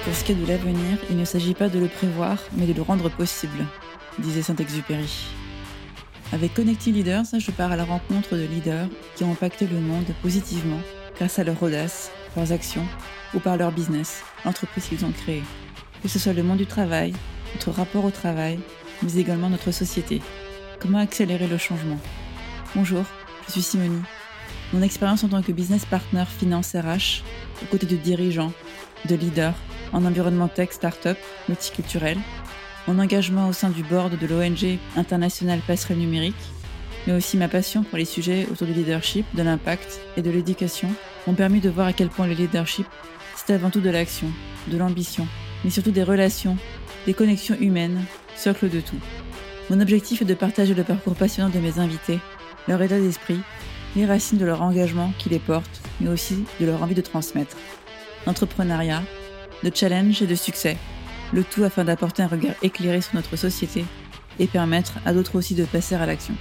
Pour ce qui est de l'avenir, il ne s'agit pas de le prévoir, mais de le rendre possible, disait Saint-Exupéry. Avec Connecting Leaders, je pars à la rencontre de leaders qui ont impacté le monde positivement grâce à leur audace, leurs actions ou par leur business, l'entreprise qu'ils ont créée. Que ce soit le monde du travail, notre rapport au travail, mais également notre société. Comment accélérer le changement? Bonjour, je suis Simonie. Mon expérience en tant que business partner finance RH, aux côtés de dirigeants, de leaders, en environnement tech, start-up, multiculturel, mon engagement au sein du board de l'ONG internationale Passerelle Numérique, mais aussi ma passion pour les sujets autour du leadership, de l'impact et de l'éducation m'ont permis de voir à quel point le leadership, c'est avant tout de l'action, de l'ambition, mais surtout des relations, des connexions humaines, socle de tout. Mon objectif est de partager le parcours passionnant de mes invités, leur état d'esprit, les racines de leur engagement qui les portent, mais aussi de leur envie de transmettre. D'entrepreneuriat, de challenge et de succès, le tout afin d'apporter un regard éclairé sur notre société et permettre à d'autres aussi de passer à l'action.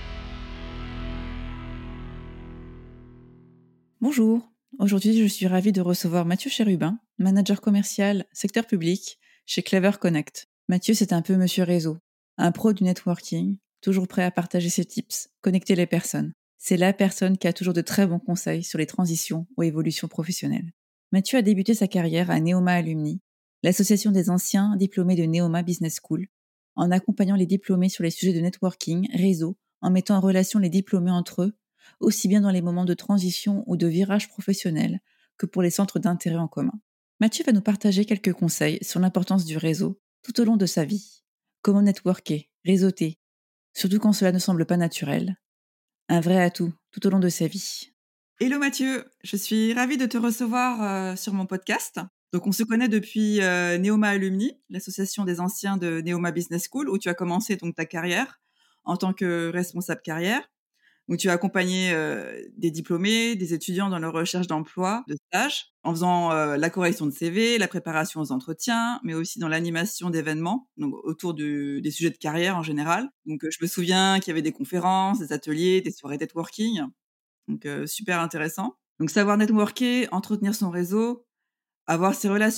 Bonjour, aujourd'hui je suis ravie de recevoir Mathieu Chérubin, manager commercial secteur public chez Clever Connect. Mathieu, c'est un peu monsieur réseau, un pro du networking, toujours prêt à partager ses tips, connecter les personnes. C'est la personne qui a toujours de très bons conseils sur les transitions ou évolutions professionnelles. Mathieu a débuté sa carrière à Neoma Alumni, l'association des anciens diplômés de Neoma Business School, en accompagnant les diplômés sur les sujets de networking, réseau, en mettant en relation les diplômés entre eux, aussi bien dans les moments de transition ou de virage professionnel que pour les centres d'intérêt en commun. Mathieu va nous partager quelques conseils sur l'importance du réseau tout au long de sa vie. Comment networker, réseauter, surtout quand cela ne semble pas naturel. Un vrai atout tout au long de sa vie. Hello Mathieu, je suis ravie de te recevoir sur mon podcast. Donc on se connaît depuis Neoma Alumni, l'association des anciens de Neoma Business School, où tu as commencé donc ta carrière en tant que responsable carrière, où tu as accompagné des diplômés, des étudiants dans leur recherche d'emploi, de stage, en faisant la correction de CV, la préparation aux entretiens, mais aussi dans l'animation d'événements, donc autour des sujets de carrière en général. Donc je me souviens qu'il y avait des conférences, des ateliers, des soirées networking. Donc super intéressant. Donc savoir networker, entretenir son réseau, avoir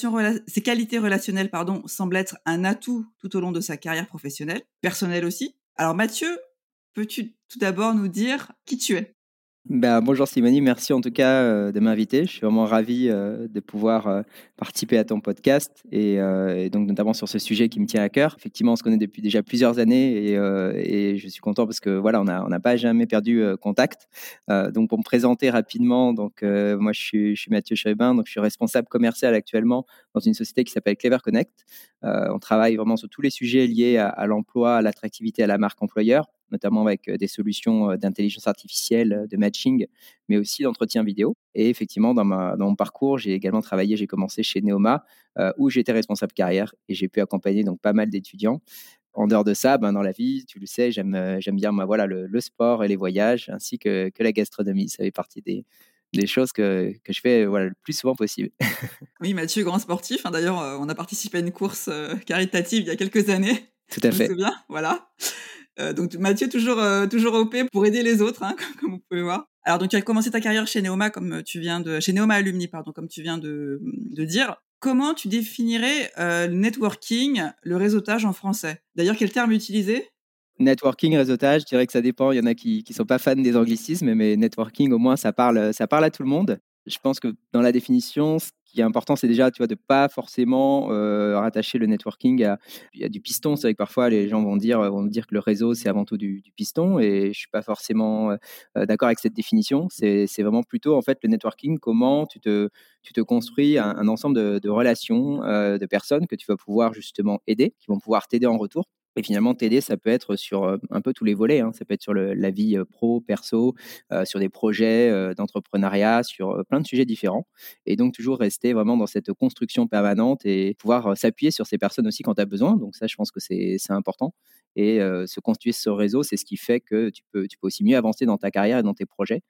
ses qualités relationnelles semble être un atout tout au long de sa carrière professionnelle, personnelle aussi. Alors Mathieu, peux-tu tout d'abord nous dire qui tu es? Bonjour Simoni, merci en tout cas de m'inviter. Je suis vraiment ravi de pouvoir participer à ton podcast et donc notamment sur ce sujet qui me tient à cœur. Effectivement, on se connaît depuis déjà plusieurs années et je suis content parce que voilà, on n'a pas jamais perdu contact. Donc pour me présenter rapidement, moi je suis Mathieu Chérubin, donc je suis responsable commercial actuellement dans une société qui s'appelle Clever Connect. On travaille vraiment sur tous les sujets liés à l'emploi, à l'attractivité, à la marque employeur, notamment avec des solutions d'intelligence artificielle, de matching, mais aussi d'entretien vidéo. Et effectivement, dans mon parcours, j'ai également travaillé, j'ai commencé chez Neoma, où j'étais responsable carrière et j'ai pu accompagner donc pas mal d'étudiants. En dehors de ça, dans la vie, tu le sais, j'aime bien voilà, le sport et les voyages, ainsi que la gastronomie. Ça fait partie des choses que je fais voilà, le plus souvent possible. Oui, Mathieu, grand sportif. D'ailleurs, on a participé à une course caritative il y a quelques années. Tout à Je me fait. souviens, voilà. Donc Mathieu, toujours OP pour aider les autres, hein, comme vous pouvez voir. Alors donc tu as commencé ta carrière chez Neoma, chez Neoma Alumni, pardon, comme tu viens de dire. Comment tu définirais le networking, le réseautage en français? D'ailleurs, quel terme utiliser? Networking, réseautage, je dirais que ça dépend. Il y en a qui sont pas fans des anglicismes, mais networking, au moins, ça parle à tout le monde. Je pense que dans la définition, ce qui est important, c'est déjà, tu vois, de pas forcément rattacher le networking à. Il y a du piston. C'est vrai que parfois, les gens vont dire que le réseau, c'est avant tout du piston, et je suis pas forcément d'accord avec cette définition. C'est vraiment plutôt, en fait, le networking, comment tu te construis un ensemble de relations, de personnes que tu vas pouvoir justement aider, qui vont pouvoir t'aider en retour. Et finalement, t'aider, ça peut être sur un peu tous les volets, hein. Ça peut être sur la vie pro, perso, sur des projets d'entrepreneuriat, sur plein de sujets différents. Et donc, toujours rester vraiment dans cette construction permanente et pouvoir s'appuyer sur ces personnes aussi quand tu as besoin. Donc, ça, je pense que c'est important. Et se constituer ce réseau, c'est ce qui fait que tu peux aussi mieux avancer dans ta carrière et dans tes projets.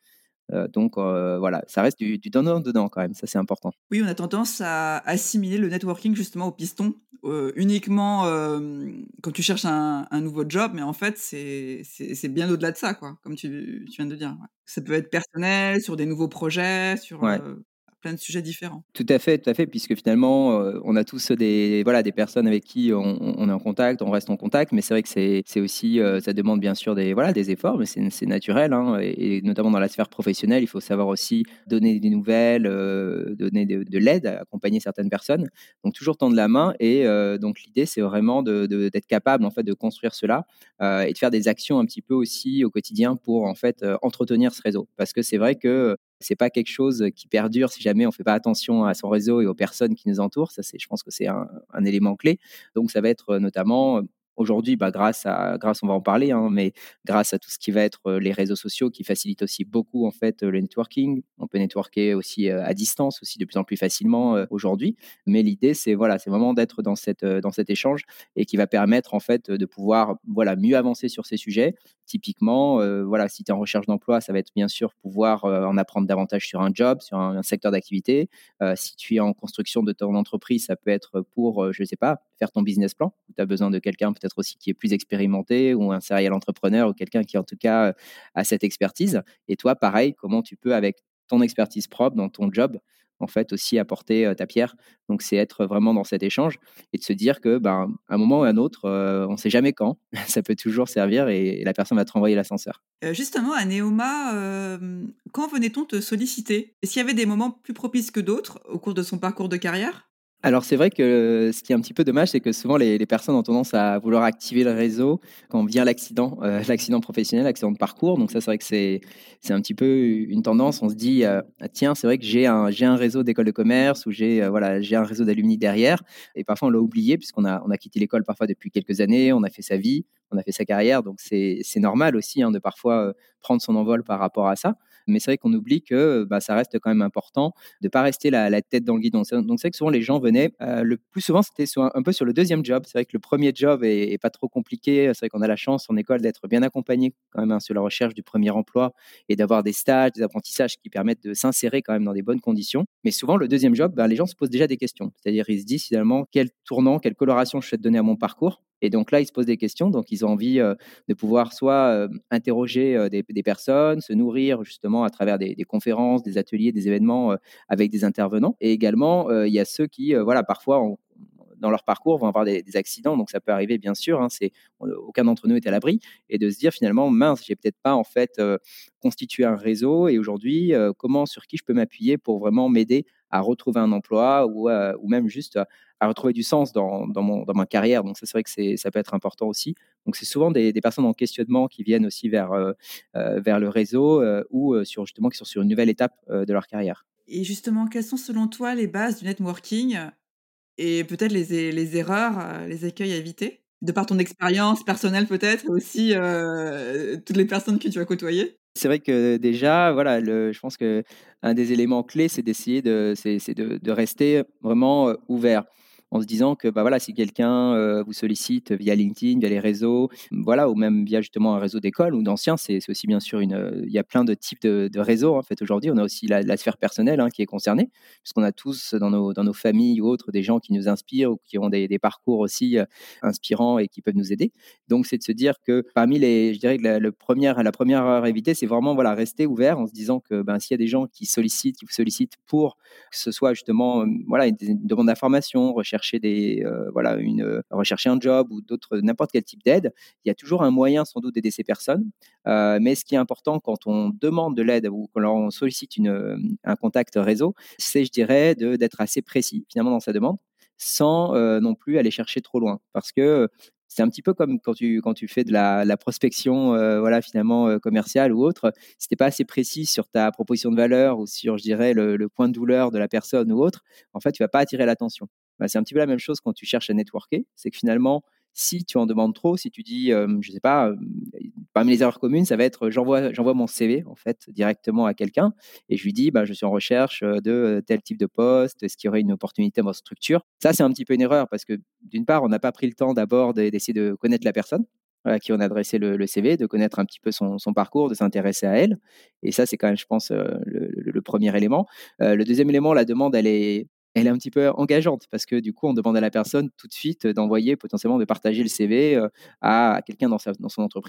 Voilà, ça reste du donnant-donnant quand même. Ça, c'est important. Oui, on a tendance à assimiler le networking justement au piston, uniquement quand tu cherches un nouveau job, mais en fait, c'est bien au-delà de ça, quoi, comme tu viens de dire. Ouais. Ça peut être personnel, sur des nouveaux projets, sur Ouais. plein de sujets différents. Tout à fait, puisque finalement, on a tous des personnes avec qui on est en contact, on reste en contact, mais c'est vrai que c'est aussi, ça demande bien sûr des efforts, mais c'est naturel, hein, et notamment dans la sphère professionnelle, il faut savoir aussi donner des nouvelles, donner de l'aide, accompagner certaines personnes. Donc toujours tendre la main et donc l'idée, c'est vraiment d'être capable, en fait, de construire cela, et de faire des actions un petit peu aussi au quotidien pour, en fait, entretenir ce réseau. Parce que c'est vrai que c'est pas quelque chose qui perdure si jamais on fait pas attention à son réseau et aux personnes qui nous entourent. Ça, je pense que c'est un élément clé. Donc, ça va être notamment aujourd'hui, grâce, on va en parler, hein, mais grâce à tout ce qui va être les réseaux sociaux qui facilitent aussi beaucoup en fait le networking. On peut networker aussi à distance, aussi de plus en plus facilement aujourd'hui. Mais l'idée, c'est vraiment d'être dans cet échange et qui va permettre en fait de pouvoir mieux avancer sur ces sujets. Typiquement, si tu es en recherche d'emploi, ça va être bien sûr pouvoir en apprendre davantage sur un job, sur un secteur d'activité. Si tu es en construction de ton entreprise, ça peut être pour, je ne sais pas, faire ton business plan. Tu as besoin de quelqu'un peut-être aussi qui est plus expérimenté ou un serial entrepreneur ou quelqu'un qui en tout cas a cette expertise. Et toi, pareil, comment tu peux avec ton expertise propre dans ton job, en fait, aussi apporter ta pierre. Donc, c'est être vraiment dans cet échange et de se dire que, ben, à un moment ou à un autre, on ne sait jamais quand, ça peut toujours servir et la personne va te renvoyer l'ascenseur. Justement, à Neoma, quand venait-on te solliciter? Est-ce qu'il y avait des moments plus propices que d'autres au cours de son parcours de carrière? Alors c'est vrai que ce qui est un petit peu dommage, c'est que souvent les personnes ont tendance à vouloir activer le réseau quand vient l'accident, l'accident professionnel, l'accident de parcours. Donc ça, c'est vrai que c'est un petit peu une tendance. On se dit, «Ah tiens, c'est vrai que j'ai un réseau d'école de commerce ou j'ai un réseau d'alumni derrière» et parfois on l'a oublié puisqu'on a quitté l'école parfois depuis quelques années, on a fait sa vie, on a fait sa carrière. Donc c'est normal aussi, hein, de parfois, prendre son envol par rapport à ça. Mais c'est vrai qu'on oublie que, bah, ça reste quand même important de pas rester la tête dans le guidon. Donc c'est vrai que souvent les gens venaient, le plus souvent c'était un peu sur le deuxième job. C'est vrai que le premier job est pas trop compliqué. C'est vrai qu'on a la chance en école d'être bien accompagné quand même, hein, sur la recherche du premier emploi et d'avoir des stages, des apprentissages qui permettent de s'insérer quand même dans des bonnes conditions. Mais souvent le deuxième job, ben, les gens se posent déjà des questions. C'est-à-dire ils se disent finalement: «Quel tournant, quelle coloration je souhaite donner à mon parcours?» Et donc là, ils se posent des questions. Donc ils ont envie, de pouvoir soit, interroger, des personnes, se nourrir justement à travers des conférences, des ateliers, des événements, avec des intervenants. Et également, il y a ceux qui, parfois, dans leur parcours, vont avoir des accidents. Donc, ça peut arriver, bien sûr. Hein, aucun d'entre nous est à l'abri. Et de se dire finalement, mince, j'ai peut-être pas en fait constitué un réseau. Et aujourd'hui, sur qui je peux m'appuyer pour vraiment m'aider à retrouver un emploi ou même juste à retrouver du sens dans ma carrière. Donc, ça, c'est vrai que ça peut être important aussi. Donc, c'est souvent des personnes en questionnement qui viennent aussi vers le réseau ou qui sont sur une nouvelle étape de leur carrière. Et justement, quelles sont selon toi les bases du networking et peut-être les erreurs, les écueils à éviter? De par ton expérience personnelle peut-être et aussi, toutes les personnes que tu as côtoyées? C'est vrai que déjà, je pense que un des éléments clés, c'est d'essayer de rester vraiment, ouvert. En se disant que, bah, voilà, si quelqu'un, vous sollicite via LinkedIn, via les réseaux, voilà, ou même via justement un réseau d'école ou d'anciens, c'est aussi bien sûr il y a plein de types de réseaux, en fait, aujourd'hui. On a aussi la sphère personnelle, hein, qui est concernée, puisqu'on a tous dans nos familles ou autres des gens qui nous inspirent ou qui ont des parcours aussi, inspirants et qui peuvent nous aider. Donc, c'est de se dire que je dirais que la première erreur à éviter, c'est vraiment voilà, rester ouvert en se disant que ben, s'il y a des gens qui vous sollicitent pour que ce soit justement une demande d'information, rechercher un job ou n'importe quel type d'aide, il y a toujours un moyen sans doute d'aider ces personnes. Mais ce qui est important quand on demande de l'aide ou quand on sollicite un contact réseau, c'est, je dirais, d'être assez précis finalement dans sa demande sans non plus aller chercher trop loin. Parce que c'est un petit peu comme quand tu fais de la prospection, finalement, commerciale ou autre. Si tu es pas assez précis sur ta proposition de valeur ou sur, je dirais, le point de douleur de la personne ou autre, en fait, tu vas pas attirer l'attention. Bah, c'est un petit peu la même chose quand tu cherches à networker. C'est que finalement, si tu en demandes trop, si tu dis, je sais pas, parmi les erreurs communes, ça va être, j'envoie mon CV, en fait, directement à quelqu'un et je lui dis: «Bah, je suis en recherche, de tel type de poste. Est-ce qu'il y aurait une opportunité dans votre structure?» Ça, c'est un petit peu une erreur parce que d'une part, on n'a pas pris le temps d'abord d'essayer de connaître la personne, à qui on a adressé le CV, de connaître un petit peu son parcours, de s'intéresser à elle. Et ça, c'est quand même, je pense, le premier élément. Le deuxième élément, la demande, elle est un petit peu engageante parce que du coup, on demande à la personne tout de suite d'envoyer potentiellement, de partager le CV à quelqu'un dans son entreprise.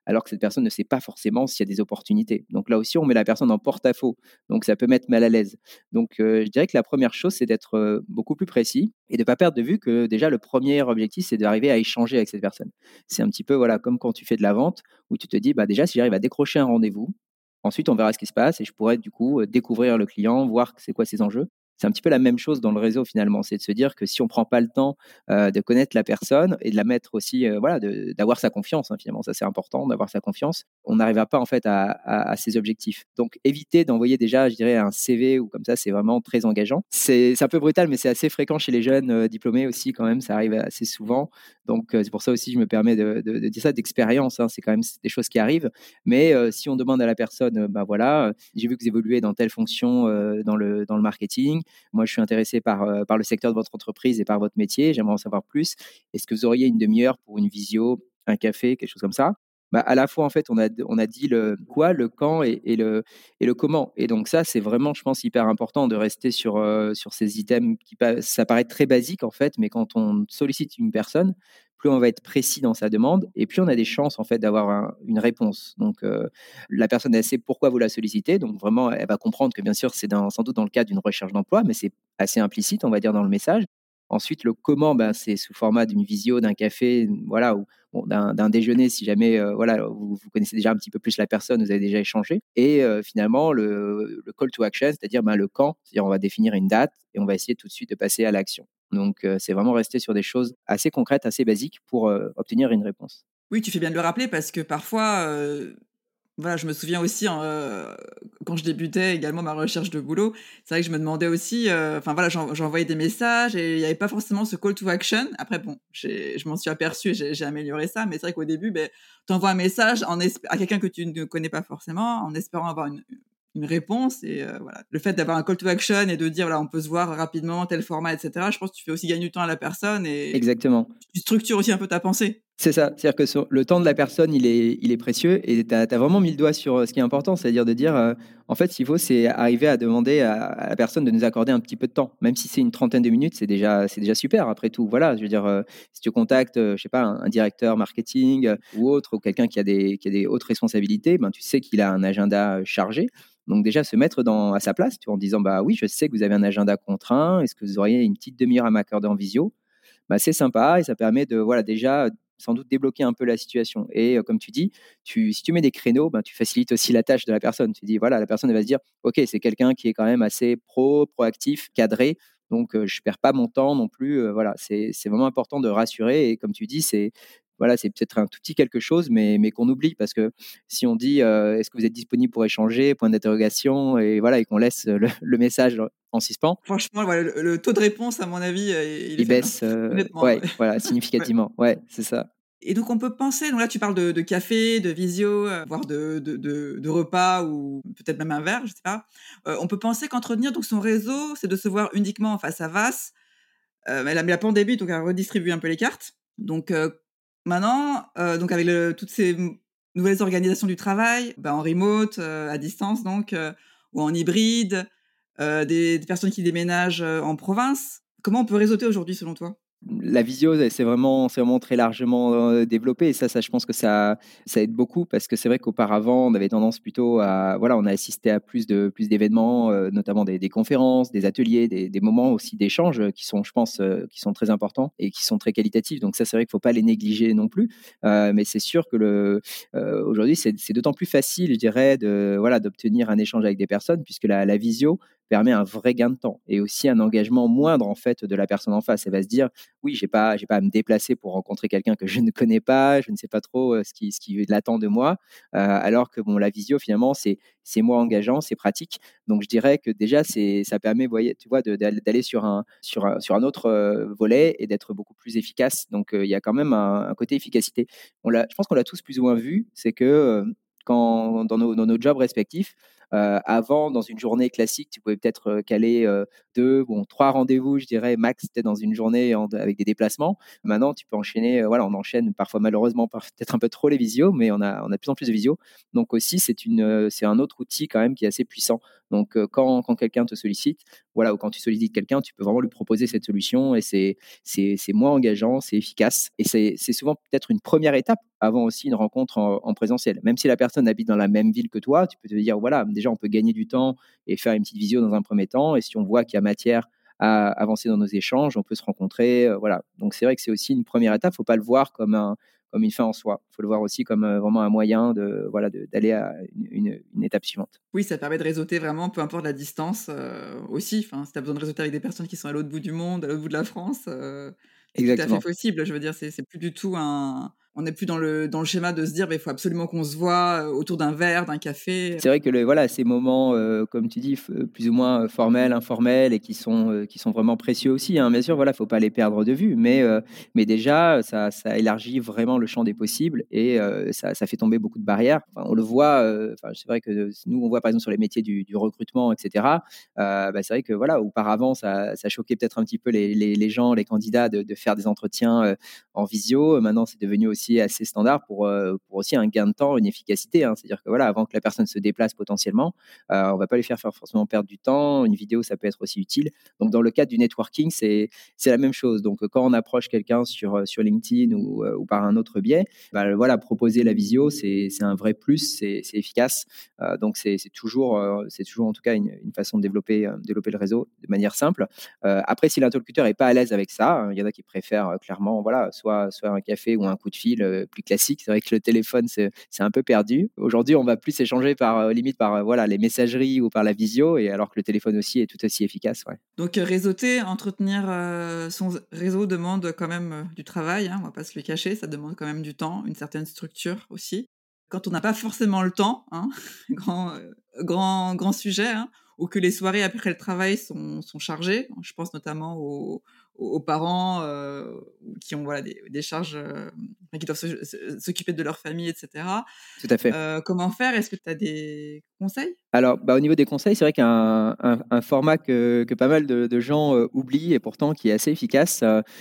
alors que cette personne ne sait pas forcément s'il y a des opportunités. Donc là aussi, on met la personne en porte-à-faux. Donc ça peut mettre mal à l'aise. Donc je dirais que la première chose, c'est d'être beaucoup plus précis et de ne pas perdre de vue que déjà le premier objectif, c'est d'arriver à échanger avec cette personne. C'est un petit peu voilà, comme quand tu fais de la vente, où tu te dis, bah, déjà, si j'arrive à décrocher un rendez-vous, ensuite on verra ce qui se passe et je pourrais du coup découvrir le client, voir c'est quoi ses enjeux. C'est un petit peu la même chose dans le réseau finalement, c'est de se dire que si on ne prend pas le temps de connaître la personne et de la mettre aussi, voilà, d'avoir sa confiance, hein, finalement, ça c'est important, d'avoir sa confiance, on n'arrivera pas en fait à ses objectifs. Donc éviter d'envoyer déjà, je dirais, un CV ou comme ça, c'est vraiment très engageant. C'est un peu brutal, mais c'est assez fréquent chez les jeunes diplômés aussi quand même, ça arrive assez souvent. Donc c'est pour ça aussi je me permets de dire ça d'expérience, hein, c'est quand même des choses qui arrivent. Mais si on demande à la personne, bah voilà, j'ai vu que vous évoluez dans telle fonction dans le marketing, moi, je suis intéressé par le secteur de votre entreprise et par votre métier. J'aimerais en savoir plus. Est-ce que vous auriez une demi-heure pour une visio, un café, quelque chose comme ça? Bah, à la fois, en fait, on a dit le quoi, le quand et le comment. Et donc ça, c'est vraiment, je pense, hyper important de rester sur ces items ça paraît très basique, en fait, mais quand on sollicite une personne, plus on va être précis dans sa demande et plus on a des chances, en fait, d'avoir une réponse. Donc, la personne, elle sait pourquoi vous la sollicitez. Donc, vraiment, elle va comprendre que, bien sûr, c'est sans doute dans le cadre d'une recherche d'emploi, mais c'est assez implicite, on va dire, dans le message. Ensuite, le comment, ben, c'est sous format d'une visio, d'un café, voilà, ou bon, d'un déjeuner, si jamais voilà, vous connaissez déjà un petit peu plus la personne, vous avez déjà échangé. Et finalement, le call to action, c'est-à-dire ben, le quand, c'est-à-dire on va définir une date et on va essayer tout de suite de passer à l'action. Donc, c'est vraiment rester sur des choses assez concrètes, assez basiques pour obtenir une réponse. Oui, tu fais bien de le rappeler parce que parfois, voilà, je me souviens aussi, hein, quand je débutais également ma recherche de boulot, c'est vrai que je me demandais aussi, enfin voilà, j'envoyais des messages et il y avait pas forcément ce call to action. Après bon, je m'en suis aperçue et j'ai amélioré ça, mais c'est vrai qu'au début, beh, tu envoies un message à quelqu'un que tu ne connais pas forcément, en espérant avoir une réponse et voilà. Le fait d'avoir un call to action et de dire, voilà, on peut se voir rapidement, tel format et cetera, je pense que tu fais aussi gagner du temps à la personne et Exactement. tu structures aussi un peu ta pensée. C'est ça, c'est-à-dire que le temps de la personne, il est précieux et tu as vraiment mis le doigt sur ce qui est important, c'est-à-dire de dire, en fait, ce qu'il faut, c'est arriver à demander à la personne de nous accorder un petit peu de temps. Même si c'est une trentaine de minutes, c'est déjà super après tout. Voilà, je veux dire, si tu contactes, je sais pas, un directeur marketing ou autre, ou quelqu'un qui a des hautes responsabilités, ben, tu sais qu'il a un agenda chargé. Donc déjà, se mettre à sa place, tu vois, en disant, bah oui, je sais que vous avez un agenda contraint, est-ce que vous auriez une petite demi-heure à m'accorder en visio? Bah, c'est sympa et ça permet de voilà, déjà, sans doute débloquer un peu la situation et comme tu dis, si tu mets des créneaux, ben, tu facilites aussi la tâche de la personne. Tu dis voilà, la personne elle va se dire: «OK, c'est quelqu'un qui est quand même assez proactif, cadré, donc je perds pas mon temps non plus», voilà, c'est vraiment important de rassurer et comme tu dis, voilà, c'est peut-être un tout petit quelque chose mais qu'on oublie parce que si on dit, «Est-ce que vous êtes disponible pour échanger?» point d'interrogation et voilà et qu'on laisse le message en suspens, Franchement, ouais, le taux de réponse à mon avis, il est il faible, baisse, honnêtement, ouais, ouais. voilà, Ouais. significativement. Ouais, c'est ça. Et donc on peut penser donc là tu parles de café, de visio, voire de repas ou peut-être même un verre, je sais pas. On peut penser qu'entretenir donc son réseau, c'est de se voir uniquement en face à face. Mais la pandémie donc a redistribué un peu les cartes. Donc maintenant, donc avec toutes ces nouvelles organisations du travail, bah, en remote, à distance donc, ou en hybride, des personnes qui déménagent, en province. Comment on peut réseauter aujourd'hui selon toi? La visio, c'est vraiment très largement, développé et ça je pense que ça aide beaucoup parce que c'est vrai qu'auparavant, on avait tendance plutôt à voilà, on a assisté à plus d'événements, notamment des conférences, des ateliers, des moments aussi d'échange, qui sont, je pense, qui sont très importants et qui sont très qualitatifs. Donc ça, c'est vrai qu'il ne faut pas les négliger non plus. Mais c'est sûr que aujourd'hui, c'est d'autant plus facile, je dirais, voilà, d'obtenir un échange avec des personnes puisque la visio permet un vrai gain de temps et aussi un engagement moindre, en fait, de la personne en face. Elle va se dire: oui, j'ai pas à me déplacer pour rencontrer quelqu'un que je ne connais pas, je ne sais pas trop ce qui l'attend de moi. Alors que bon, la visio, finalement, c'est moins engageant, c'est pratique. Donc, je dirais que déjà, ça permet, tu vois, d'aller sur un autre volet et d'être beaucoup plus efficace. Donc, il y a quand même un côté efficacité. Je pense qu'on l'a tous plus ou moins vu, c'est que quand, dans nos jobs respectifs, avant, dans une journée classique, tu pouvais peut-être caler 2, bon, 3 rendez-vous, je dirais, max, peut-être dans une journée avec des déplacements. Maintenant, tu peux enchaîner, voilà, on enchaîne parfois malheureusement peut-être un peu trop les visios, mais on a de plus en plus de visios. Donc aussi, c'est un autre outil quand même qui est assez puissant. Donc quand quelqu'un te sollicite, voilà, ou quand tu sollicites quelqu'un, tu peux vraiment lui proposer cette solution et c'est moins engageant, c'est efficace et c'est souvent peut-être une première étape avant aussi une rencontre en présentiel. Même si la personne habite dans la même ville que toi, tu peux te dire, voilà, déjà, on peut gagner du temps et faire une petite visio dans un premier temps. Et si on voit qu'il y a matière à avancer dans nos échanges, on peut se rencontrer. Voilà. Donc, c'est vrai que c'est aussi une première étape. Il ne faut pas le voir comme une fin en soi. Il faut le voir aussi comme vraiment un moyen d'aller à une étape suivante. Oui, ça permet de réseauter vraiment, peu importe la distance, aussi. Enfin, si tu as besoin de réseauter avec des personnes qui sont à l'autre bout du monde, à l'autre bout de la France, c'est tout à fait Exactement. possible. Je veux dire, c'est plus du tout un on n'est plus dans le schéma de se dire: «Beh, il faut absolument qu'on se voit, autour d'un verre, d'un café». C'est vrai que voilà, ces moments, comme tu dis, plus ou moins formels, informels et qui sont vraiment précieux aussi, hein. Bien sûr, voilà, faut pas les perdre de vue, mais déjà, ça élargit vraiment le champ des possibles et ça fait tomber beaucoup de barrières. Enfin, on le voit, enfin, c'est vrai que nous, on voit par exemple sur les métiers du recrutement, et cetera. C'est vrai que voilà, auparavant, ça choquait peut-être un petit peu les gens, les candidats de faire des entretiens en visio. Maintenant, c'est devenu aussi assez standard pour aussi un gain de temps, une efficacité, hein. C'est-à-dire que voilà, avant que la personne se déplace potentiellement, on va pas lui faire forcément perdre du temps. Une vidéo, ça peut être aussi utile. Donc, dans le cadre du networking, c'est la même chose. Donc, quand on approche quelqu'un sur LinkedIn ou par un autre biais, voilà, proposer la visio, c'est un vrai plus, c'est efficace. Donc, c'est toujours en tout cas une façon de développer le réseau de manière simple. Après, si l'interlocuteur est pas à l'aise avec ça, hein, il y en a qui préfèrent clairement, voilà, soit un café ou un coup de fil plus classique. C'est vrai que le téléphone, c'est un peu perdu. Aujourd'hui, on va plus échanger limite par voilà, les messageries ou par la visio, et alors que le téléphone aussi est tout aussi efficace. Ouais. Donc, réseauter, entretenir, son réseau demande quand même, du travail, hein, on va pas se le cacher, ça demande quand même du temps, une certaine structure aussi. Quand on n'a pas forcément le temps, hein, grand sujet, hein, ou que les soirées après le travail sont chargées. Je pense notamment aux parents, qui ont voilà des charges, enfin qui doivent s'occuper de leur famille et cetera. Tout à fait. Comment faire? Est-ce que tu as des conseils? Alors, au niveau des conseils, c'est vrai qu'un format que pas mal de gens oublient et pourtant qui est assez efficace,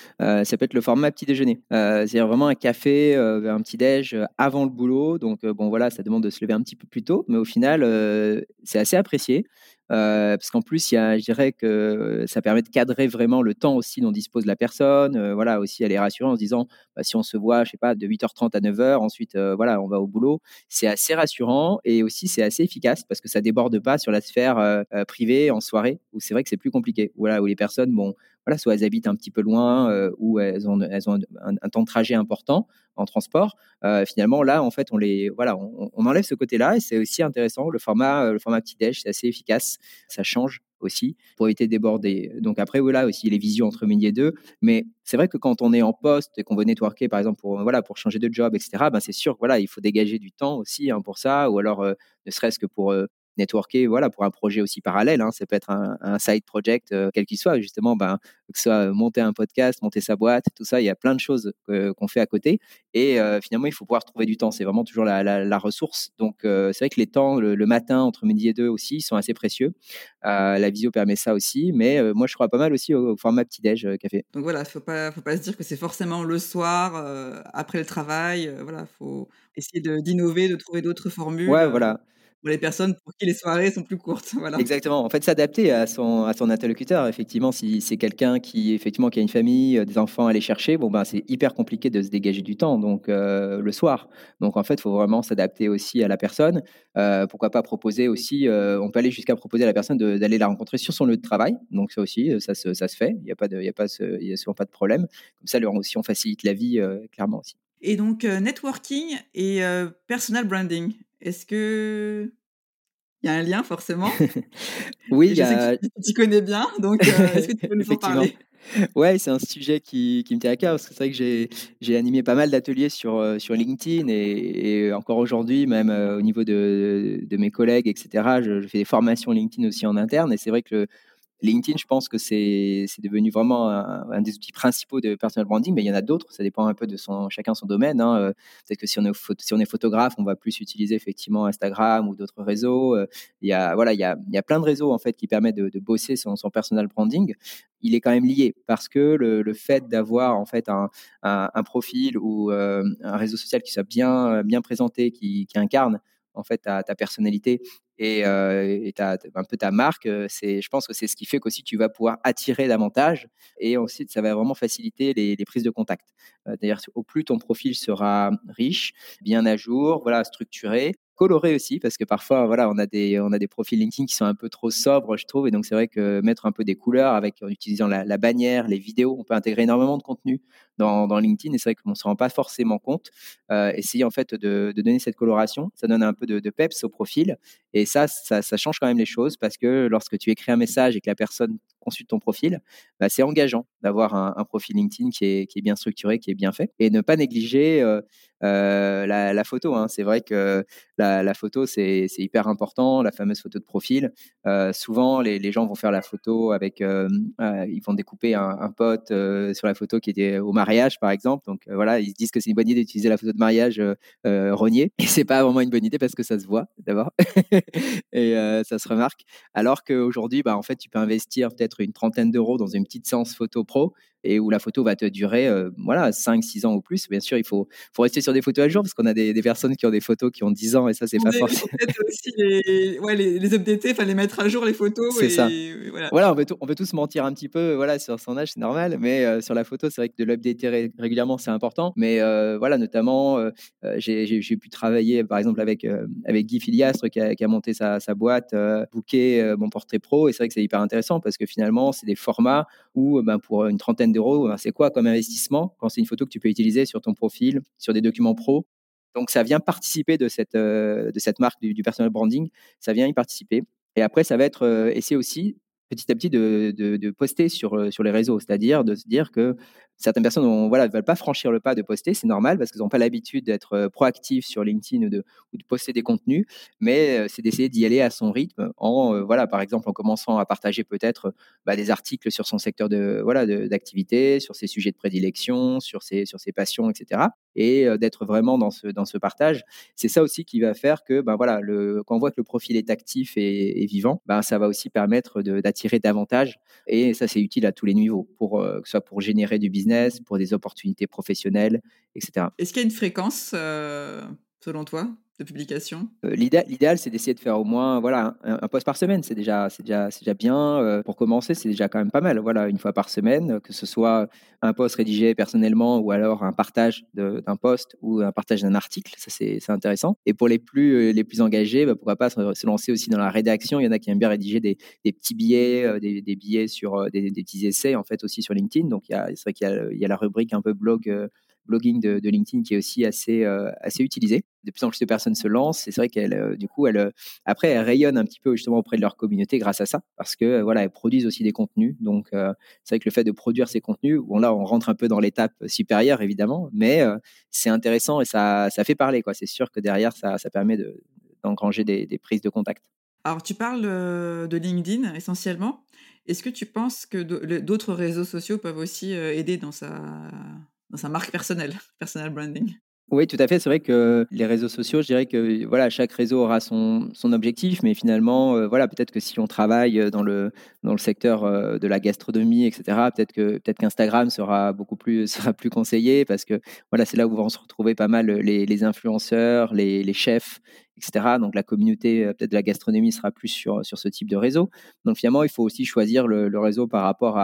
ça peut être le format petit déjeuner. C'est-à-dire vraiment un café, un petit déj avant le boulot. Donc, bon, voilà, ça demande de se lever un petit peu plus tôt, mais au final, c'est assez apprécié. Parce qu'en plus, je dirais que ça permet de cadrer vraiment le temps aussi dont dispose la personne. Voilà, aussi, elle est rassurée en se disant, si on se voit, je sais pas, de 8h30 à 9h, ensuite, voilà, on va au boulot. C'est assez rassurant et aussi c'est assez efficace parce que ça déborde pas sur la sphère privée en soirée où c'est vrai que c'est plus compliqué. Voilà, où les personnes, bon, voilà, soit elles habitent un petit peu loin ou elles ont un temps de trajet important en transport. Finalement, là, en fait, on enlève ce côté-là et c'est aussi intéressant. Le format petit déj, c'est assez efficace. Ça change aussi pour éviter de déborder. Donc après, voilà, aussi les visios entre midi et deux. Mais c'est vrai que quand on est en poste et qu'on veut networker, par exemple, pour changer de job, etc., c'est sûr que voilà, il faut dégager du temps aussi, hein, pour ça, ou alors ne serait-ce que pour networker, voilà, pour un projet aussi parallèle, hein. Ça peut être un side project, quel qu'il soit, justement, que ce soit monter un podcast, monter sa boîte, tout ça, il y a plein de choses qu'on fait à côté. Et finalement, il faut pouvoir trouver du temps. C'est vraiment toujours la ressource. Donc, c'est vrai que les temps, le matin, entre midi et deux aussi, sont assez précieux. La visio permet ça aussi, mais moi, je crois pas mal aussi au format petit-déj café. Donc voilà, faut pas se dire que c'est forcément le soir, après le travail, voilà, faut essayer d'innover, de trouver d'autres formules, Ouais, voilà. pour les personnes pour qui les soirées sont plus courtes, voilà. Exactement. En fait, s'adapter à son interlocuteur. Effectivement, si c'est quelqu'un qui a une famille, des enfants à aller chercher, bon, c'est hyper compliqué de se dégager du temps, donc le soir. Donc en fait, il faut vraiment s'adapter aussi à la personne. Pourquoi pas proposer aussi, on peut aller jusqu'à proposer à la personne d'aller la rencontrer sur son lieu de travail. Donc ça aussi, ça se fait. Il y a souvent pas de problème. Comme ça, leur aussi, on facilite la vie, clairement aussi. Et donc networking et personal branding, est-ce que il y a un lien forcément? Oui, Et il y je sais que a tu t'y connais bien, donc est-ce que tu peux nous en effectivement. parler? Ouais, c'est un sujet qui me tient à cœur parce que c'est vrai que j'ai animé pas mal d'ateliers sur LinkedIn et encore aujourd'hui, même au niveau de mes collègues, etc., je fais des formations LinkedIn aussi en interne. Et c'est vrai que LinkedIn, je pense que c'est devenu vraiment un des outils principaux de personal branding, mais il y en a d'autres. Ça dépend un peu de chacun son domaine, hein. Peut-être que si on est photographe, on va plus utiliser effectivement Instagram ou d'autres réseaux. Il y a plein de réseaux en fait qui permettent de bosser son personal branding. Il est quand même lié parce que le fait d'avoir en fait un profil ou un réseau social qui soit bien présenté, qui incarne en fait ta personnalité et t'as un peu ta marque. Je pense que c'est ce qui fait qu'aussi tu vas pouvoir attirer davantage et ensuite ça va vraiment faciliter les prises de contact. D'ailleurs, au plus ton profil sera riche, bien à jour, voilà, structuré, coloré aussi, parce que parfois, voilà, on a des profils LinkedIn qui sont un peu trop sobres, je trouve. Et donc, c'est vrai que mettre un peu des couleurs en utilisant la bannière, les vidéos, on peut intégrer énormément de contenu dans LinkedIn. Et c'est vrai qu'on ne se rend pas forcément compte. Essayer en fait de donner cette coloration, ça donne un peu de peps au profil. Et ça change quand même les choses parce que lorsque tu écris un message et que la personne consulte ton profil, bah, c'est engageant d'avoir un profil LinkedIn qui est bien structuré, qui est bien fait. Et ne pas négliger la photo. Hein. C'est vrai que la photo, c'est hyper important, la fameuse photo de profil. Souvent, les gens vont faire la photo avec, ils vont découper un pote sur la photo qui était au mariage, par exemple. Donc voilà, ils se disent que c'est une bonne idée d'utiliser la photo de mariage reniée. Et c'est pas vraiment une bonne idée parce que ça se voit d'abord et ça se remarque. Alors qu'aujourd'hui, bah, en fait, tu peux investir peut-être une trentaine d'euros dans une petite séance photo pro et où la photo va te durer voilà, 5-6 ans ou plus. Bien sûr, faut rester sur des photos à jour parce qu'on a des personnes qui ont des photos qui ont 10 ans et ça, c'est pas Il faut forcément. peut-être aussi les updater, enfin les mettre à jour les photos C'est ça. et voilà. Voilà, on peut tous mentir un petit peu, voilà, sur son âge, c'est normal, mais sur la photo, c'est vrai que de l'updater régulièrement, c'est important. Mais voilà, notamment, j'ai pu travailler, par exemple, avec Guy Filiastre qui a monté sa boîte, Booker, mon portrait pro. Et c'est vrai que c'est hyper intéressant parce que finalement, c'est des formats où, ben, pour une trentaine d'euros, ben, c'est quoi comme investissement quand c'est une photo que tu peux utiliser sur ton profil, sur des documents pro. Donc, ça vient participer de cette marque du personal branding. Ça vient y participer. Et après, ça va être essayer aussi petit à petit de poster sur les réseaux, c'est-à-dire de se dire que certaines personnes voilà, ne veulent pas franchir le pas de poster, c'est normal parce qu'ils n'ont pas l'habitude d'être proactifs sur LinkedIn ou de poster des contenus, mais c'est d'essayer d'y aller à son rythme voilà, par exemple, en commençant à partager peut-être bah, des articles sur son secteur voilà, d'activité, sur ses sujets de prédilection, sur ses passions, etc. Et d'être vraiment dans ce partage. C'est ça aussi qui va faire que ben voilà, quand on voit que le profil est actif et vivant, ben ça va aussi permettre d'attirer davantage. Et ça, c'est utile à tous les niveaux, que ce soit pour générer du business, pour des opportunités professionnelles, etc. Est-ce qu'il y a une fréquence, selon toi, de publication? L'idéal, c'est d'essayer de faire au moins voilà, un post par semaine. C'est déjà bien. Pour commencer, c'est déjà quand même pas mal. Voilà, une fois par semaine, que ce soit un post rédigé personnellement ou alors un partage d'un post ou un partage d'un article. Ça, c'est intéressant. Et pour les plus engagés, bah, pourquoi pas se lancer aussi dans la rédaction. Il y en a qui aiment bien rédiger des petits billets, des billets sur des petits essais, en fait, aussi sur LinkedIn. Donc, c'est vrai qu'il y a la rubrique un peu blogging de LinkedIn qui est aussi assez utilisée. De plus en plus de personnes se lancent. Et c'est vrai du coup, après, elles rayonnent un petit peu justement auprès de leur communauté grâce à ça, parce que voilà, elles produisent aussi des contenus. Donc, c'est vrai que le fait de produire ces contenus, bon là, on rentre un peu dans l'étape supérieure évidemment, mais c'est intéressant et ça fait parler, quoi. C'est sûr que derrière, ça permet d'engranger des prises de contact. Alors tu parles, de LinkedIn essentiellement. Est-ce que tu penses que d'autres réseaux sociaux peuvent aussi, aider dans sa marque personnelle, personal branding? Oui, tout à fait. C'est vrai que les réseaux sociaux, je dirais que voilà, chaque réseau aura son objectif, mais finalement, voilà, peut-être que si on travaille dans le secteur de la gastronomie, etc., peut-être qu'Instagram sera beaucoup plus sera plus conseillé parce que voilà, c'est là où vont se retrouver pas mal les influenceurs, les chefs, etc. Donc la communauté peut-être de la gastronomie sera plus sur ce type de réseau. Donc finalement, il faut aussi choisir le réseau par rapport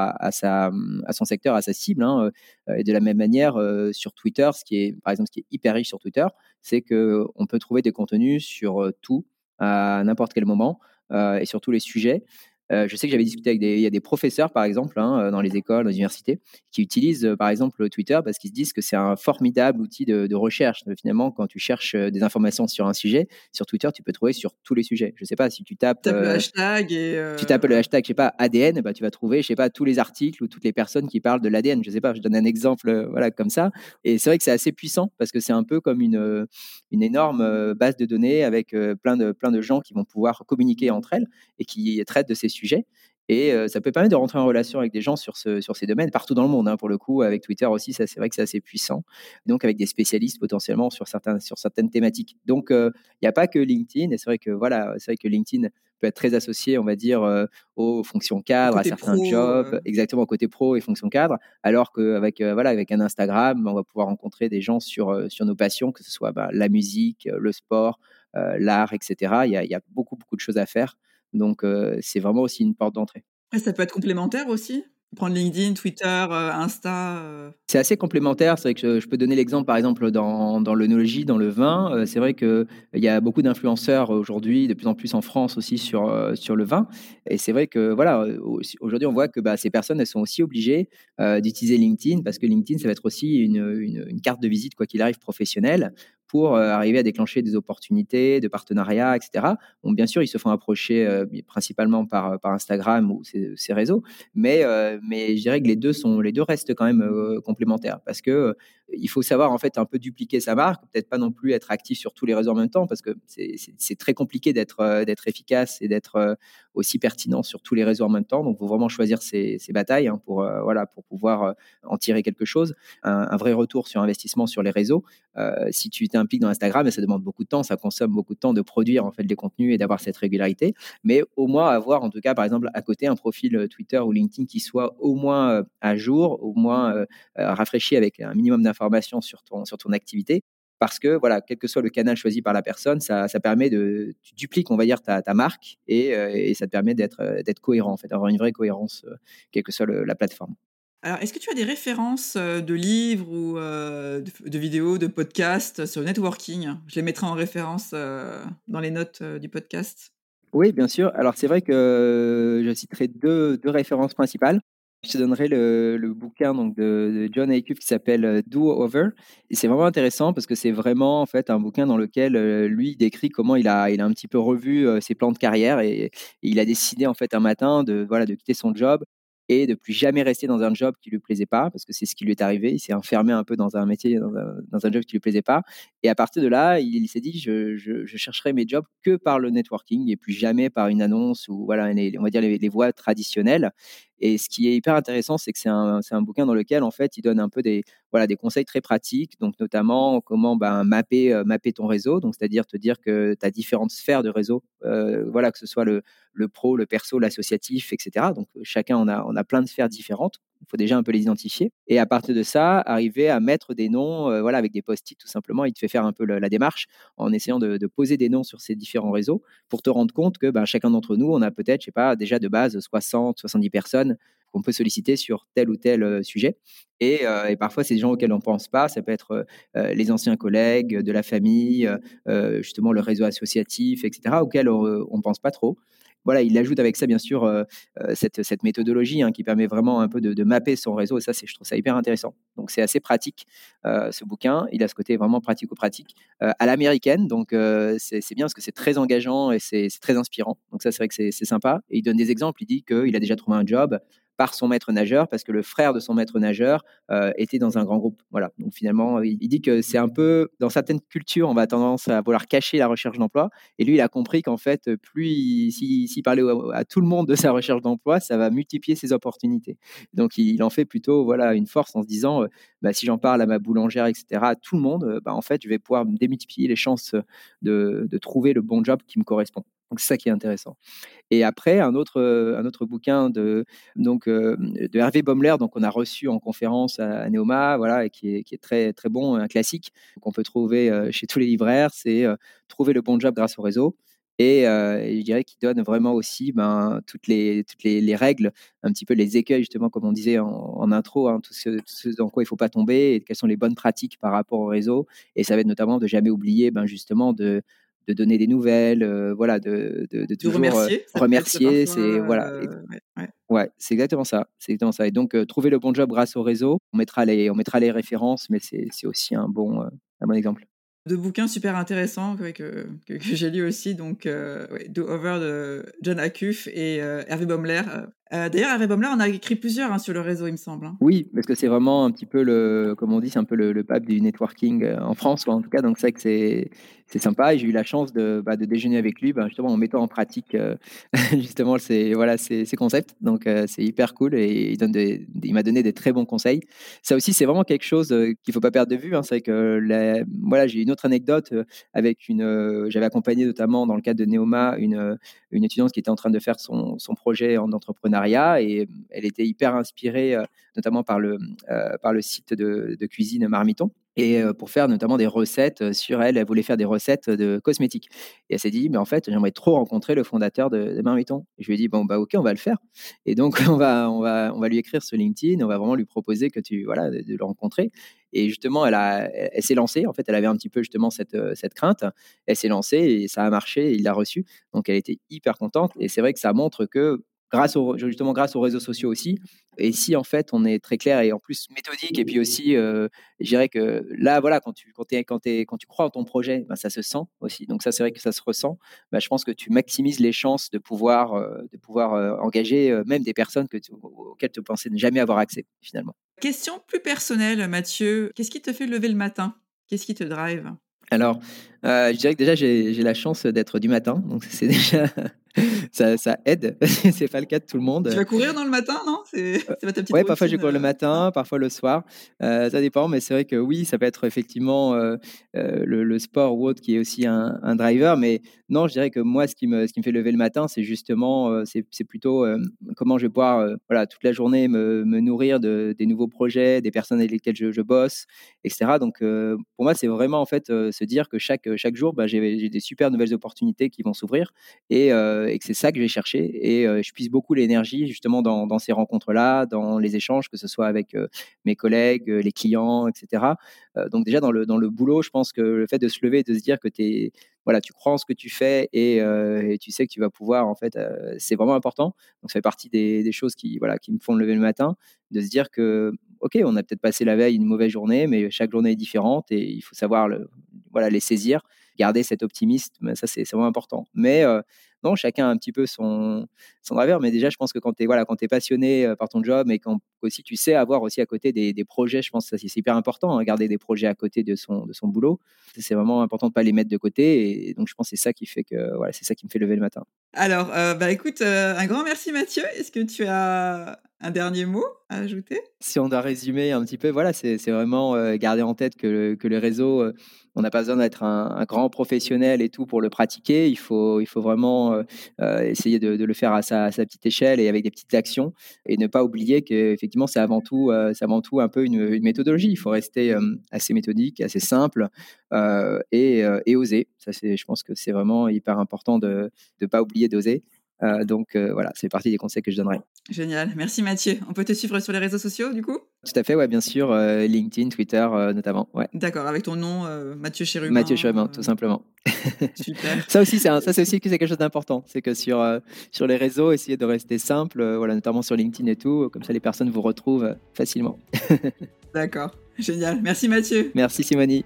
à son secteur, à sa cible. Hein. Et de la même manière, sur Twitter, par exemple, ce qui est hyper riche sur Twitter, c'est qu'on peut trouver des contenus sur tout, à n'importe quel moment, et sur tous les sujets. Je sais que j'avais discuté il y a des professeurs, par exemple, hein, dans les écoles, dans les universités, qui utilisent, par exemple, Twitter parce qu'ils se disent que c'est un formidable outil de recherche. Finalement, quand tu cherches des informations sur un sujet, sur Twitter, tu peux trouver sur tous les sujets. Je ne sais pas si Tape le hashtag et tu tapes le hashtag, je sais pas, ADN, bah, tu vas trouver, je sais pas, tous les articles ou toutes les personnes qui parlent de l'ADN. Je sais pas, je donne un exemple, voilà, comme ça. Et c'est vrai que c'est assez puissant parce que c'est un peu comme une énorme base de données avec plein de gens qui vont pouvoir communiquer entre elles et qui traitent de ces sujets. Et ça peut permettre de rentrer en relation avec des gens sur ces domaines partout dans le monde, hein, pour le coup. Avec Twitter aussi, ça, c'est vrai que c'est assez puissant. Donc, avec des spécialistes potentiellement sur certaines thématiques. Donc, il n'y a pas que LinkedIn. Et c'est vrai que, voilà, c'est vrai que LinkedIn peut être très associé, on va dire, aux fonctions au cadres, à côté certains pro, jobs, exactement côté pro et fonctions cadres, alors qu'avec voilà, avec un Instagram, on va pouvoir rencontrer des gens sur nos passions, que ce soit bah, la musique, le sport, l'art, etc. Il y a beaucoup, beaucoup de choses à faire. Donc, c'est vraiment aussi une porte d'entrée. Et ça peut être complémentaire aussi? Prendre LinkedIn, Twitter, Insta. C'est assez complémentaire. C'est vrai que je peux donner l'exemple, par exemple, dans l'œnologie, dans le vin. C'est vrai qu'il y a beaucoup d'influenceurs aujourd'hui, de plus en plus en France aussi, sur le vin. Et c'est vrai que, voilà, aujourd'hui, on voit que ces personnes, elles sont aussi obligées d'utiliser LinkedIn parce que LinkedIn, ça va être aussi une carte de visite, quoi qu'il arrive, professionnelle pour arriver à déclencher des opportunités de partenariat, etc. Bon, bien sûr, ils se font approcher principalement par Instagram ou ces réseaux, mais je dirais que les deux restent quand même complémentaires parce que il faut savoir en fait un peu dupliquer sa marque, peut-être pas non plus être actif sur tous les réseaux en même temps parce que c'est très compliqué d'être efficace et d'être aussi pertinent sur tous les réseaux en même temps. Donc, il faut vraiment choisir ses batailles pour pouvoir en tirer quelque chose, un vrai retour sur investissement sur les réseaux. Si tu t'impliques dans Instagram, ça demande beaucoup de temps, ça consomme beaucoup de temps de produire en fait des contenus et d'avoir cette régularité. Mais au moins avoir en tout cas par exemple à côté un profil Twitter ou LinkedIn qui soit au moins à jour, au moins rafraîchi avec un minimum d'informations sur ton activité. Parce que voilà, quel que soit le canal choisi par la personne, ça permet tu dupliques, on va dire, ta marque et ça te permet d'être cohérent, en fait, d'avoir une vraie cohérence, quelle que soit la plateforme. Alors, est-ce que tu as des références, de livres ou, de vidéos, de podcasts sur le networking? Je les mettrai en référence, dans les notes, du podcast. Oui, bien sûr. Alors, c'est vrai que je citerai deux références principales. Je te donnerai le bouquin donc de John Acuff qui s'appelle Do Over. Et c'est vraiment intéressant parce que c'est vraiment en fait un bouquin dans lequel lui décrit comment il a un petit peu revu ses plans de carrière et il a décidé en fait un matin de quitter son job et de plus jamais rester dans un job qui lui plaisait pas parce que c'est ce qui lui est arrivé. Il s'est enfermé un peu dans un métier, dans un job qui lui plaisait pas. Et à partir de là, il s'est dit je chercherai mes jobs que par le networking et plus jamais par une annonce ou voilà on va dire les voies traditionnelles. Et ce qui est hyper intéressant, c'est que c'est un bouquin dans lequel, en fait, il donne un peu des conseils très pratiques, donc notamment comment mapper ton réseau, donc c'est-à-dire te dire que tu as différentes sphères de réseau, voilà, que ce soit le pro, le perso, l'associatif, etc. Donc chacun, on a plein de sphères différentes. Il faut déjà un peu les identifier. Et à partir de ça, arriver à mettre des noms, voilà, avec des post-it tout simplement. Il te fait faire un peu la démarche en essayant de poser des noms sur ces différents réseaux pour te rendre compte que chacun d'entre nous, on a peut-être, je sais pas, déjà de base 60, 70 personnes qu'on peut solliciter sur tel ou tel sujet. Et parfois, c'est des gens auxquels on ne pense pas. Ça peut être les anciens collègues, de la famille, justement le réseau associatif, etc., auxquels on ne pense pas trop. Voilà, il ajoute avec ça, bien sûr, cette méthodologie qui permet vraiment un peu de mapper son réseau. Et ça, je trouve ça hyper intéressant. Donc, c'est assez pratique, ce bouquin. Il a ce côté vraiment pratico-pratique à l'américaine. Donc, c'est bien parce que c'est très engageant et c'est très inspirant. Donc, ça, c'est vrai que c'est sympa. Et il donne des exemples. Il dit qu'il a déjà trouvé un job par son maître nageur parce que le frère de son maître nageur était dans un grand groupe. Voilà. Donc, finalement, il dit que c'est un peu, dans certaines cultures, on va tendance à vouloir cacher la recherche d'emploi. Et lui, il a compris qu'en fait, s'il parlait à tout le monde de sa recherche d'emploi, ça va multiplier ses opportunités. Donc, il en fait plutôt voilà, une force en se disant, si j'en parle à ma boulangère, etc., à tout le monde, en fait, je vais pouvoir démultiplier les chances de trouver le bon job qui me correspond. Donc, c'est ça qui est intéressant. Et après, un autre bouquin de Hervé Baumler, donc on a reçu en conférence à Neoma, voilà, et qui est très, très bon, un classique qu'on peut trouver chez tous les libraires, c'est Trouver le bon job grâce au réseau. Et je dirais qu'il donne vraiment aussi toutes les règles, un petit peu les écueils, justement, comme on disait en intro, tout ce dans quoi il ne faut pas tomber et quelles sont les bonnes pratiques par rapport au réseau. Et ça va être notamment de jamais oublier justement de donner des nouvelles, voilà, de De toujours remercier, ça peut être remercier. parfois, C'est voilà, ouais, ouais. ouais, c'est exactement ça. C'est exactement ça. Et donc trouver le bon job grâce au réseau. On mettra les références, mais c'est aussi un bon exemple. 2 bouquins super intéressants, ouais, que j'ai lus aussi, donc ouais, Do Over de John Acuff et Hervé Baumler. D'ailleurs, Hervé Baumler en a écrit plusieurs, sur le réseau, il me semble, hein. Oui, parce que c'est vraiment un petit peu comme on dit, c'est un peu le pape du networking en France, quoi, en tout cas. Donc c'est vrai que c'est sympa. Et j'ai eu la chance de déjeuner avec lui, justement en mettant en pratique justement ces concepts. Donc c'est hyper cool et il m'a donné des très bons conseils. Ça aussi, c'est vraiment quelque chose qu'il faut pas perdre de vue. C'est vrai que voilà, j'ai une autre anecdote avec j'avais accompagné notamment dans le cadre de Neoma une étudiante qui était en train de faire son projet en entrepreneuriat et elle était hyper inspirée, notamment par le site de cuisine Marmiton. et pour faire notamment des recettes sur elle. Elle voulait faire des recettes de cosmétiques et elle s'est dit: «Mais en fait, j'aimerais trop rencontrer le fondateur de Marie Vuitton». Et je lui ai dit: «Bon, bah, OK, on va le faire». Et donc on va lui écrire sur LinkedIn, on va vraiment lui proposer que de le rencontrer. Et justement, elle s'est lancée. En fait, elle avait un petit peu justement cette crainte. Elle s'est lancée et ça a marché et il l'a reçue. Donc elle était hyper contente et c'est vrai que ça montre que justement grâce aux réseaux sociaux aussi, et si en fait on est très clair et en plus méthodique, et puis aussi je dirais que là, voilà, quand tu crois en ton projet, ben, ça se sent aussi. Donc ça, c'est vrai que ça se ressent. Ben, je pense que tu maximises les chances de pouvoir engager même des personnes auxquelles tu pensais ne jamais avoir accès finalement. Question plus personnelle, Mathieu. Qu'est-ce qui te fait lever le matin? Qu'est-ce qui te drive? Alors, je dirais que déjà j'ai la chance d'être du matin, donc c'est déjà ça aide. C'est pas le cas de tout le Tu monde. vas courir dans le matin, non? C'est pas ta petite Ouais, parfois je routine, cours le non? matin, parfois le soir, ça dépend, mais c'est vrai que oui, ça peut être effectivement, le sport ou autre qui est aussi un driver. Mais non, je dirais que moi, ce qui me fait lever le matin, c'est justement, c'est plutôt, comment je vais pouvoir, voilà, toute la journée me nourrir des nouveaux projets, des personnes avec lesquelles je bosse, et cetera. Donc pour moi, c'est vraiment, en fait, se dire que chaque jour, bah, j'ai des super nouvelles opportunités qui vont s'ouvrir, et que c'est ça que je vais chercher. Et je puise beaucoup l'énergie justement dans ces rencontres-là, dans les échanges, que ce soit avec mes collègues, les clients, etc. Donc déjà dans le boulot, je pense que le fait de se lever et de se dire que voilà, tu crois en ce que tu fais, et tu sais que tu vas pouvoir, en fait, c'est vraiment important. Donc ça fait partie des choses voilà, qui me font lever le matin, de se dire que, ok, on a peut-être passé la veille une mauvaise journée, mais chaque journée est différente et il faut savoir voilà, les saisir, garder cet optimisme, ça c'est vraiment important. Mais non, chacun a un petit peu son driver, mais déjà, je pense que quand tu es, voilà, quand tu es passionné par ton job, et quand aussi tu sais avoir aussi à côté des projets, je pense que ça, c'est hyper important, hein, garder des projets à côté de son boulot. C'est vraiment important de ne pas les mettre de côté. Et donc, je pense que c'est ça qui fait que, voilà, c'est ça qui me fait lever le matin. Alors, bah, écoute, un grand merci Mathieu. Est-ce que tu as un dernier mot à ajouter? Si on doit résumer un petit peu, voilà, c'est vraiment garder en tête que le réseau, on n'a pas besoin d'être un grand professionnel et tout pour le pratiquer. Il faut vraiment essayer de le faire à sa petite échelle et avec des petites actions, et ne pas oublier qu'effectivement, c'est avant tout un peu une méthodologie. Il faut rester assez méthodique, assez simple, et oser. Ça, je pense que c'est vraiment hyper important de ne pas oublier d'oser. Donc voilà, c'est partie des conseils que je donnerais. Génial, merci Mathieu. On peut te suivre sur les réseaux sociaux du coup? Tout à fait, ouais, bien sûr, LinkedIn, Twitter, notamment, ouais. D'accord, avec ton nom, Mathieu Mathieu Chérubin, Chérubin, tout simplement. super. Ça aussi, c'est quelque chose d'important. C'est que sur les réseaux, essayez de rester simple, voilà, notamment sur LinkedIn et tout, comme ça les personnes vous retrouvent facilement. D'accord, génial. Merci Mathieu. Merci Simonie.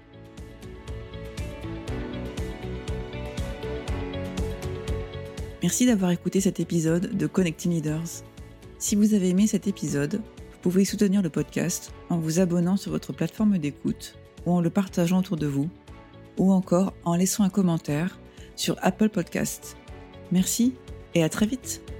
Merci d'avoir écouté cet épisode de Connecting Leaders. Si vous avez aimé cet épisode, vous pouvez soutenir le podcast en vous abonnant sur votre plateforme d'écoute, ou en le partageant autour de vous, ou encore en laissant un commentaire sur Apple Podcasts. Merci et à très vite.